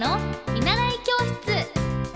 の見習い教室。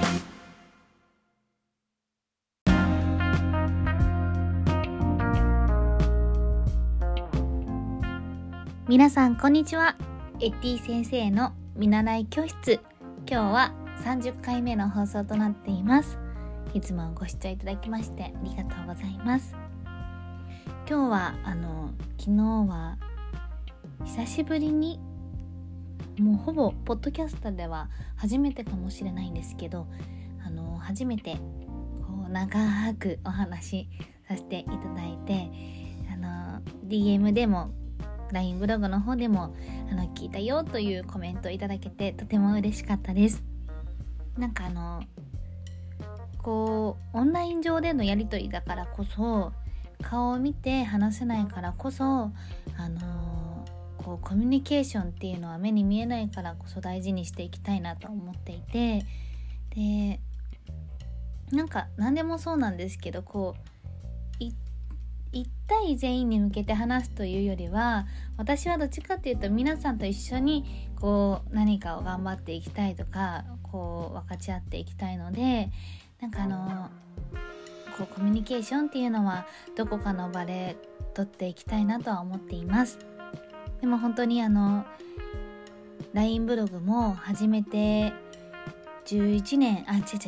皆さんこんにちは。エッティ先生の見習い教室、今日は30回目の放送となっています。いつもご視聴いただきましてありがとうございます。今日は昨日は久しぶりに、もうほぼポッドキャストでは初めてかもしれないんですけど、初めてこう長くお話しさせていただいて、DM でも LINE ブログの方でも聞いたよというコメントいただけてとても嬉しかったです。なんかこうオンライン上でのやり取りだからこそ、顔を見て話せないからこそ、こうコミュニケーションっていうのは目に見えないからこそ大事にしていきたいなと思っていて、でなんか何でもそうなんですけど、こう1対全員に向けて話すというよりは、私はどっちかっていうと皆さんと一緒にこう何かを頑張っていきたいとか、こう分かち合っていきたいので、なんかこうコミュニケーションっていうのはどこかの場で取っていきたいなとは思っています。でも本当にLINE ブログも始めて11年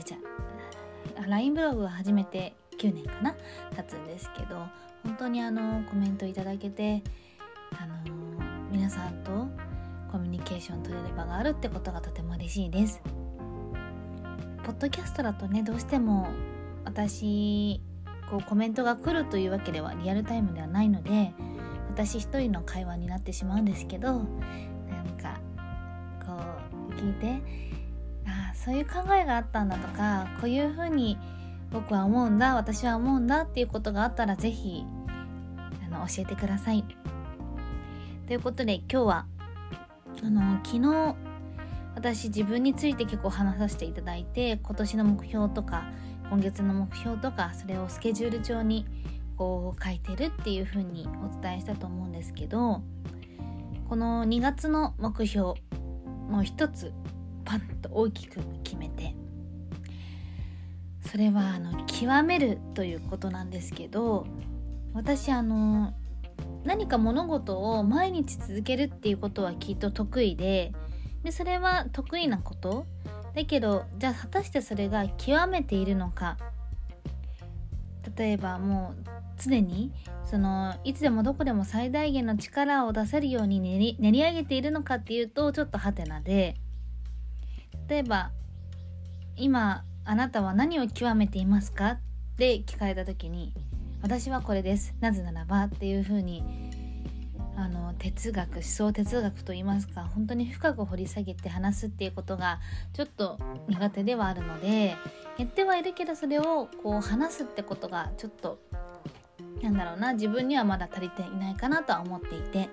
LINE ブログは始めて9年かな経つんですけど、本当にコメントいただけて、皆さんとコミュニケーション取れる場があるってことがとても嬉しいです。ポッドキャストだとね、どうしても私こうコメントが来るというわけではリアルタイムではないので、私一人の会話になってしまうんですけど、なんかこう聞いて、そういう考えがあったんだとか、こういう風に僕は思うんだ、私は思うんだっていうことがあったら、ぜひ教えてください。ということで今日は昨日私自分について結構話させていただいて、今年の目標とか今月の目標とか、それをスケジュール帳にこう書いてるっていう風にお伝えしたと思うんですけど、この2月の目標の一つパンと大きく決めて、それは極めるということなんですけど、私何か物事を毎日続けるっていうことはきっと得意で、それは得意なことだけど、じゃあ果たしてそれが極めているのか、例えばもう常にいつでもどこでも最大限の力を出せるように練り上げているのかっていうと、ちょっとハテナで、例えば今あなたは何を極めていますかって聞かれた時に、私はこれです、なぜならばっていう風に思想哲学といいますか、本当に深く掘り下げて話すっていうことがちょっと苦手ではあるので、やってはいるけど、それをこう話すってことがちょっと自分にはまだ足りていないかなとは思っていて、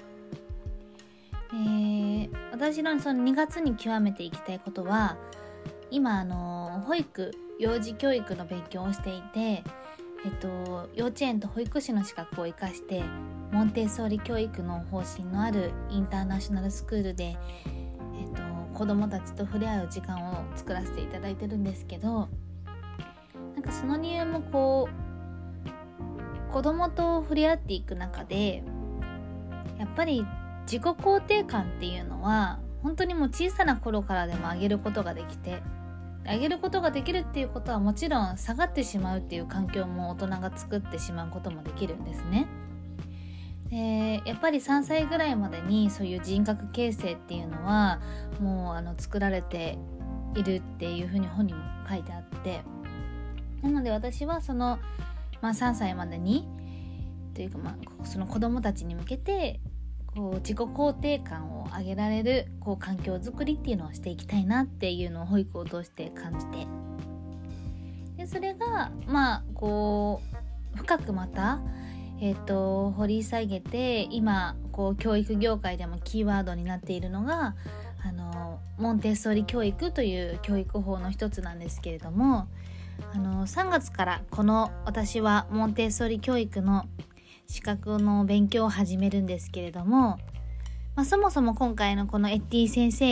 私のその2月に極めていきたいことは、今保育幼児教育の勉強をしていて、幼稚園と保育士の資格を生かしてモンテッソーリ教育の方針のあるインターナショナルスクールで、子どもたちと触れ合う時間を作らせていただいてるんですけど、なんかその理由もこう子どもと触れ合っていく中で、やっぱり自己肯定感っていうのは本当にもう小さな頃からでも上げることができて、上げることができるっていうことはもちろん下がってしまうっていう環境も大人が作ってしまうこともできるんですね。でやっぱり3歳ぐらいまでにそういう人格形成っていうのはもう作られているっていうふうに本にも書いてあって、なので私は3歳までにというか、その子どもたちに向けてこう自己肯定感を上げられるこう環境づくりっていうのをしていきたいなっていうのを保育を通して感じて、でそれがこう深くまた掘り下げて、今こう教育業界でもキーワードになっているのがモンテッソーリ教育という教育法の一つなんですけれども、3月からこの私はモンテッソーリ教育の資格の勉強を始めるんですけれども、そもそも今回のこのエッティ先生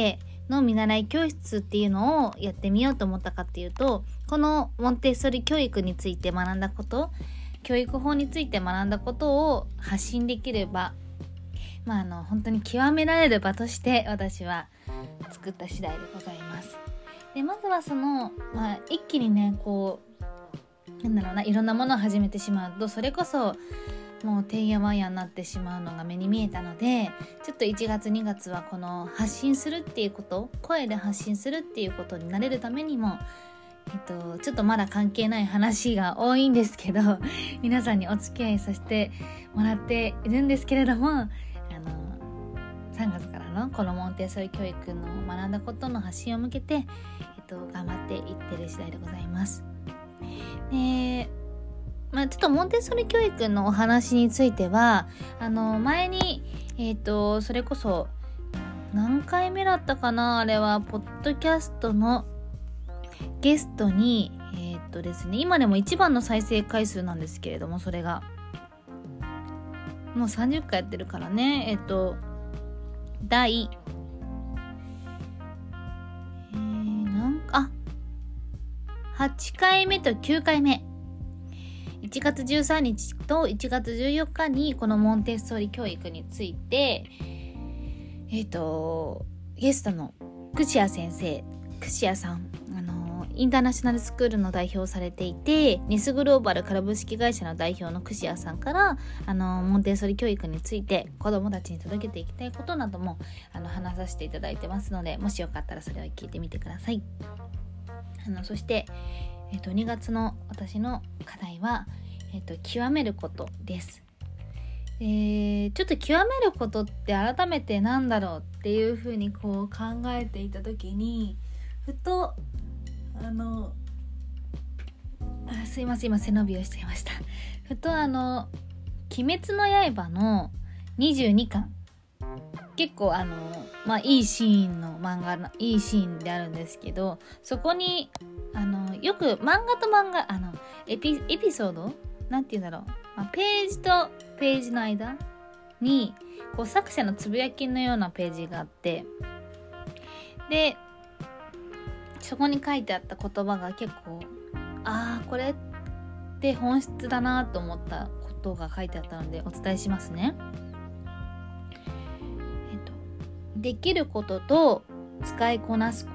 の見習い教室っていうのをやってみようと思ったかっていうと、このモンテッソーリ教育について学んだこと、教育法について学んだことを発信できれば、本当に極められる場として私は作った次第でございます。でまずは一気にねいろんなものを始めてしまうと、それこそもうてんやわんやになってしまうのが目に見えたので、ちょっと1月2月はこの発信するっていうこと、声で発信するっていうことに慣れるためにも、ちょっとまだ関係ない話が多いんですけど皆さんにお付き合いさせてもらっているんですけれども、3月からのこのモンテッソーリ教育の学んだことの発信を向けて、頑張っていってる次第でございます。でちょっとモンテッソーリ教育のお話については前にそれこそ何回目だったかな、あれはポッドキャストのゲストにですね、今でも一番の再生回数なんですけれども、それがもう30回やってるからね、第8回目と9回目、1月13日と1月14日にこのモンテッソーリ教育についてゲストの串谷先生、串谷さん、インターナショナルスクールの代表をされていて、ネスグローバル株式会社の代表の串谷さんからモンテッソーリ教育について子どもたちに届けていきたいことなども話させていただいてますので、もしよかったらそれを聞いてみてください。そして、2月の私の課題は、極めることです。ちょっと極めることって改めてなんだろうっていうふうに考えていた時に、ふとすいません、今背伸びをしちゃいました。ふと鬼滅の刃の22巻、結構いいシーンの漫画のいいシーンであるんですけど、そこによく漫画と漫画エピソードなんていうんだろう、ページとページの間に作者のつぶやきのようなページがあって、でそこに書いてあった言葉が結構これって本質だなと思ったことが書いてあったのでお伝えしますね。できることと使いこなすこと、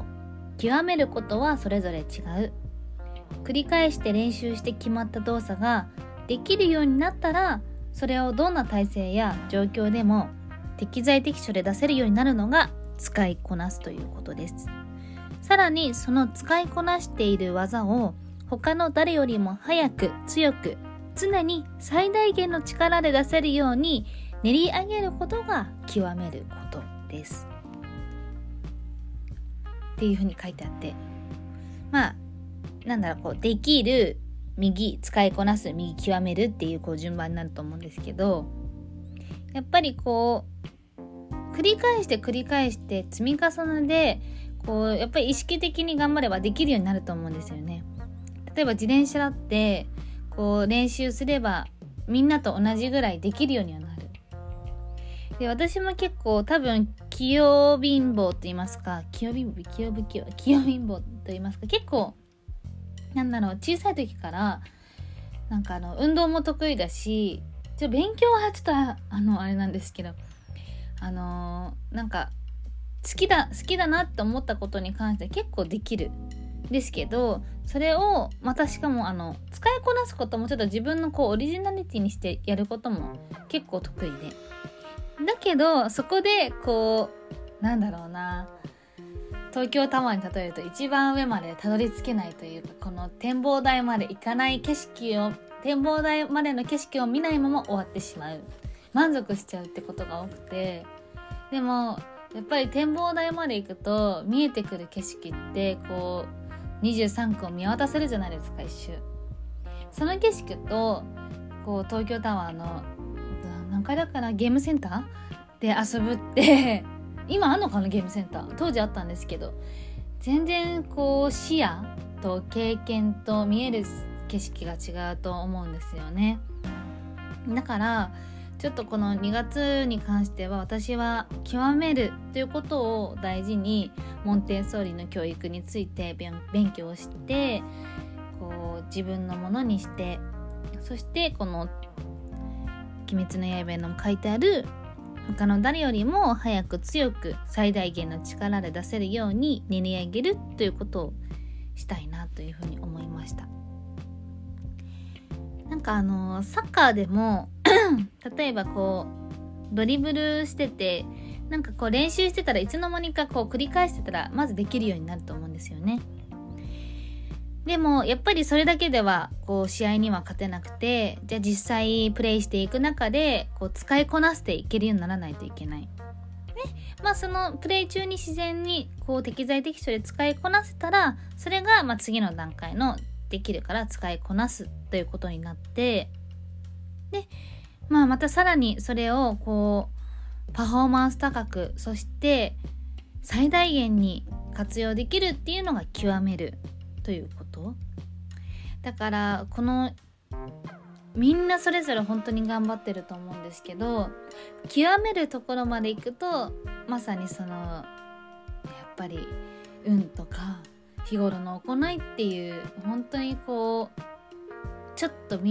極めることはそれぞれ違う。繰り返して練習して決まった動作ができるようになったら、それをどんな体勢や状況でも適材適所で出せるようになるのが使いこなすということです。さらにその使いこなしている技を他の誰よりも早く強く常に最大限の力で出せるように練り上げることが極めることですっていうふうに書いてあって、できる右、使いこなす右、極めるっていう順番になると思うんですけど、やっぱり繰り返して積み重ねでやっぱり意識的に頑張ればできるようになると思うんですよね。例えば自転車だって練習すればみんなと同じぐらいできるようにはなる。で私も結構多分器用貧乏と言いますか、器用貧乏と言いますか、結構小さい時から運動も得意だし、勉強はちょっとあれなんですけど好きだなって思ったことに関して結構できるですけど、それをまたしかも使いこなすこともちょっと自分のオリジナリティにしてやることも結構得意で、だけどそこで東京タワーに例えると一番上までたどり着けないというか、この展望台まで行かない展望台までの景色を見ないまま終わってしまう、満足しちゃうってことが多くて、でもやっぱり展望台まで行くと見えてくる景色って23区を見渡せるじゃないですか、一周。その景色と東京タワーの何階だかな、ゲームセンターで遊ぶって今あんのかな、ゲームセンター当時あったんですけど、全然視野と経験と見える景色が違うと思うんですよね。だからちょっとこの2月に関しては私は極めるということを大事にモンテッソーリの教育について勉強してこう自分のものにして、そしてこの鬼滅の刃にも書いてある他の誰よりも早く強く最大限の力で出せるように練り上げるということをしたいなというふうに思いました。なんかサッカーでも例えばこうドリブルしててなんかこう練習してたらいつの間にかこう繰り返してたらまずできるようになると思うんですよね。でもやっぱりそれだけではこう試合には勝てなくて、じゃあ実際プレイしていく中でこう使いこなしていけるようにならないといけない。で、そのプレイ中に自然にこう適材適所で使いこなせたら、それが次の段階のできるから使いこなすということになって、で、またさらにそれをこうパフォーマンス高く、そして最大限に活用できるっていうのが極めるということだから、このみんなそれぞれ本当に頑張ってると思うんですけど、極めるところまで行くとまさにそのやっぱり運とか日頃の行いっていう本当にこうちょっと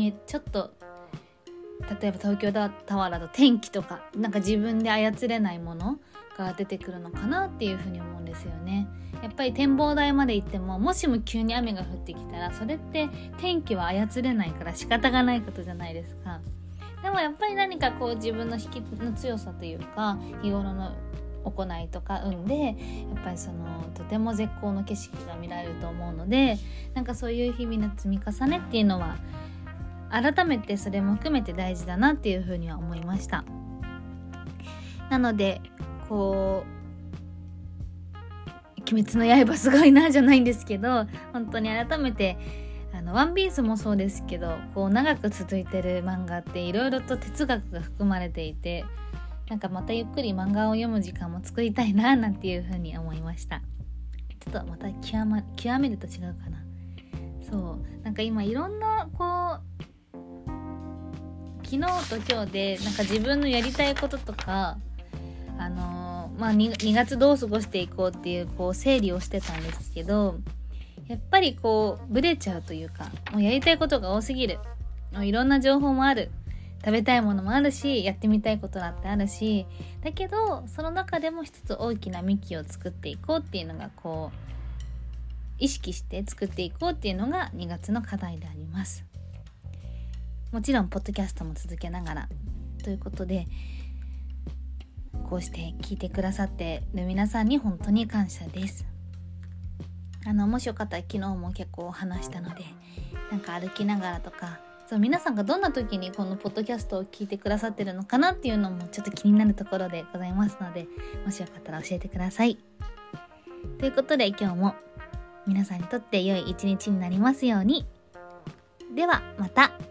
例えば東京タワーだと天気とかなんか自分で操れないものが出てくるのかなっていうふうに思うんですよね。やっぱり展望台まで行ってももしも急に雨が降ってきたらそれって天気は操れないから仕方がないことじゃないですか。でもやっぱり何かこう自分の引きの強さというか日頃の行いとか運でやっぱりそのとても絶好の景色が見られると思うので、なんかそういう日々の積み重ねっていうのは改めてそれも含めて大事だなっていうふうには思いました。なのでこう鬼滅の刃すごいなじゃないんですけど、本当に改めてワンピースもそうですけど、こう長く続いてる漫画っていろいろと哲学が含まれていて、なんかまたゆっくり漫画を読む時間も作りたいななんていうふうに思いました。ちょっとまた極めると違うかな。そうなんか今いろんなこう昨日と今日でなんか自分のやりたいこととか2月どう過ごしていこうっていうこう整理をしてたんですけど、やっぱりこうブレちゃうというか、もうやりたいことが多すぎる、もういろんな情報もある、食べたいものもあるし、やってみたいことだってあるし、だけどその中でも一つ大きな幹を作っていこうっていうのがこう意識して作っていこうっていうのが2月の課題であります。もちろんポッドキャストも続けながらということで、こうして聞いてくださってる皆さんに本当に感謝です。もしよかったら昨日も結構話したので、なんか歩きながらとか、皆さんがどんな時にこのポッドキャストを聞いてくださってるのかなっていうのもちょっと気になるところでございますので、もしよかったら教えてください。ということで今日も皆さんにとって良い一日になりますように。ではまた。